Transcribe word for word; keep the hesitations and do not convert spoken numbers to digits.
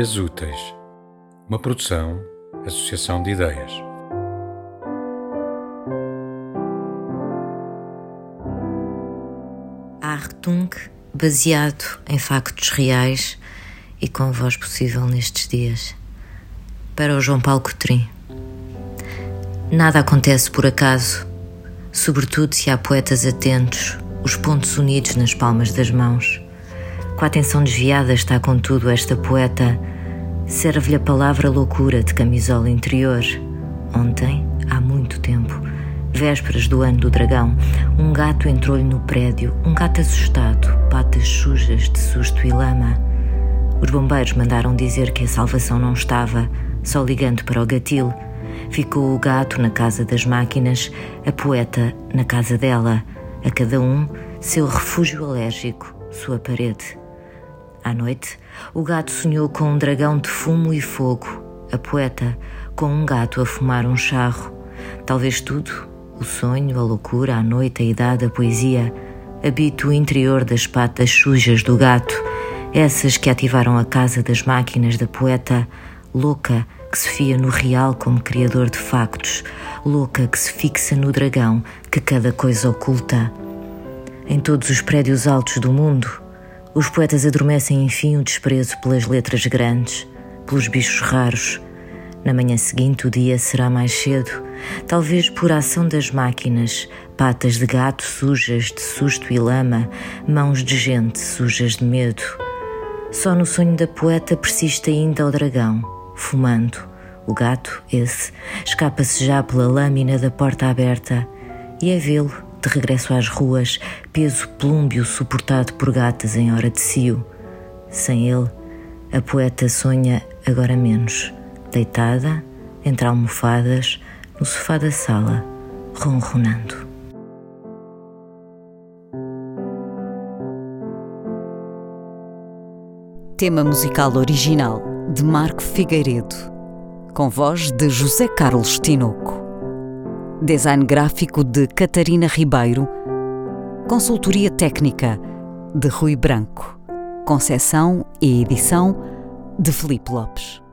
Dias Úteis, uma produção, associação de ideias. Achtung, baseado em factos reais e com voz possível nestes dias. Para o João Paulo Cotrim. Nada acontece por acaso, sobretudo se há poetas atentos, os pontos unidos nas palmas das mãos. Com a atenção desviada está, contudo, esta poeta. Serve-lhe a palavra loucura de camisola interior. Ontem, há muito tempo, vésperas do ano do dragão, um gato entrou-lhe no prédio, um gato assustado, patas sujas de susto e lama. Os bombeiros mandaram dizer que a salvação não estava, só ligando para o gatil. Ficou o gato na casa das máquinas, a poeta na casa dela, a cada um seu refúgio alérgico, sua parede. À noite, o gato sonhou com um dragão de fumo e fogo, a poeta com um gato a fumar um charro. Talvez tudo, o sonho, a loucura, a noite, a idade, a poesia, habite o interior das patas sujas do gato, essas que ativaram a casa das máquinas da poeta, louca que se fia no real como criador de factos, louca que se fixa no dragão que cada coisa oculta. Em todos os prédios altos do mundo, os poetas adormecem enfim o desprezo pelas letras grandes, pelos bichos raros. Na manhã seguinte o dia será mais cedo, talvez por ação das máquinas, patas de gato sujas de susto e lama, mãos de gente sujas de medo. Só no sonho da poeta persiste ainda o dragão, fumando. O gato, esse, escapa-se já pela lâmina da porta aberta e é vê-lo, de regresso às ruas, peso plúmbio suportado por gatas em hora de cio. Sem ele, a poeta sonha agora menos, deitada, entre almofadas, no sofá da sala, ronronando. Tema musical original de Marco Figueiredo, com voz de José Carlos Tinoco. Design gráfico de Catarina Ribeiro. Consultoria técnica de Rui Branco. Conceção e edição de Filipe Lopes.